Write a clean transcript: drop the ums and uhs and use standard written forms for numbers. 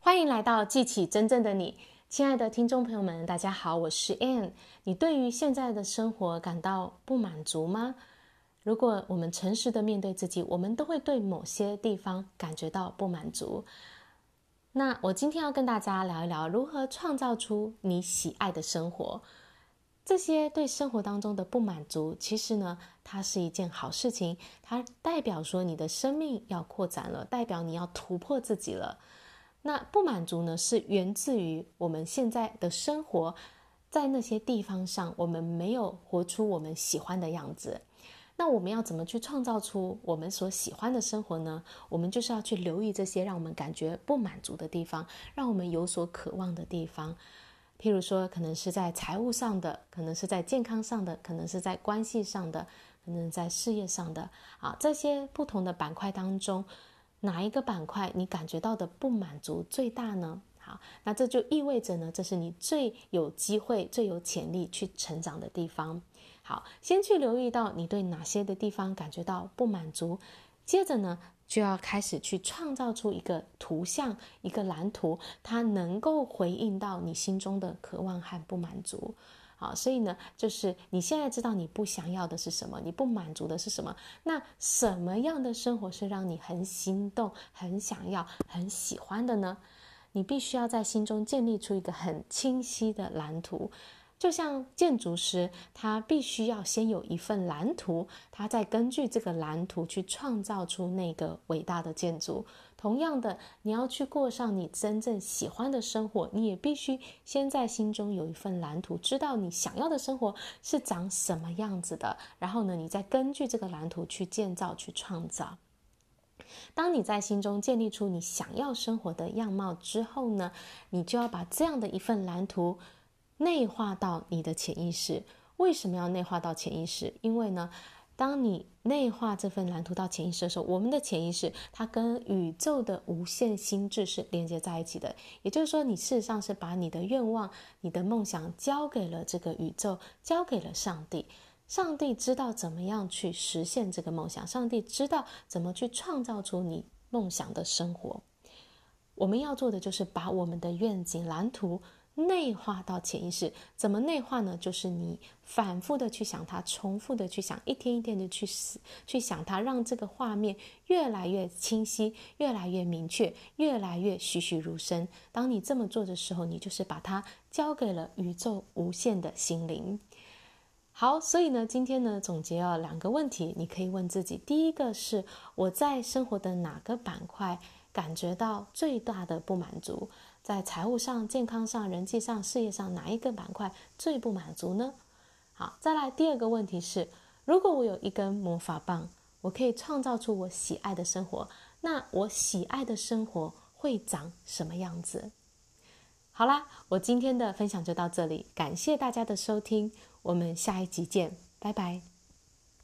欢迎来到记起真正的你。亲爱的听众朋友们，大家好，我是 Ann。 你对于现在的生活感到不满足吗？如果我们诚实的面对自己，我们都会对某些地方感觉到不满足。那我今天要跟大家聊一聊如何创造出你喜爱的生活。这些对生活当中的不满足，其实呢，它是一件好事情，它代表说你的生命要扩展了，代表你要突破自己了。那不满足呢，是源自于我们现在的生活，在那些地方上，我们没有活出我们喜欢的样子。那我们要怎么去创造出我们所喜欢的生活呢？我们就是要去留意这些让我们感觉不满足的地方，让我们有所渴望的地方。譬如说，可能是在财务上的，可能是在健康上的，可能是在关系上的，可能在事业上的。这些不同的板块当中，哪一个板块你感觉到的不满足最大呢？好，那这就意味着呢，这是你最有机会、最有潜力去成长的地方。好，先去留意到你对哪些的地方感觉到不满足，接着呢，就要开始去创造出一个图像、一个蓝图，它能够回应到你心中的渴望和不满足。好，所以呢，就是你现在知道你不想要的是什么，你不满足的是什么，那什么样的生活是让你很心动、很想要、很喜欢的呢？你必须要在心中建立出一个很清晰的蓝图。就像建筑师，他必须要先有一份蓝图，他再根据这个蓝图去创造出那个伟大的建筑。同样的，你要去过上你真正喜欢的生活，你也必须先在心中有一份蓝图，知道你想要的生活是长什么样子的，然后呢，你再根据这个蓝图去建造、去创造。当你在心中建立出你想要生活的样貌之后呢，你就要把这样的一份蓝图内化到你的潜意识。为什么要内化到潜意识？因为呢，当你内化这份蓝图到潜意识的时候，我们的潜意识它跟宇宙的无限心智是连接在一起的。也就是说，你事实上是把你的愿望、你的梦想交给了这个宇宙，交给了上帝。上帝知道怎么样去实现这个梦想，上帝知道怎么去创造出你梦想的生活。我们要做的就是把我们的愿景蓝图内化到潜意识。怎么内化呢？就是你反复的去想它，重复的去想，一天一天的去想它，让这个画面越来越清晰，越来越明确，越来越栩栩如生。当你这么做的时候，你就是把它交给了宇宙无限的心灵。好，所以呢，今天呢，总结了2个问题，你可以问自己。第一个是，我在生活的哪个板块感觉到最大的不满足？在财务上、健康上、人际上、事业上，哪一个板块最不满足呢？好，再来第2个问题是，如果我有一根魔法棒，我可以创造出我喜爱的生活，那我喜爱的生活会长什么样子？好啦，我今天的分享就到这里，感谢大家的收听，我们下一集见，拜拜。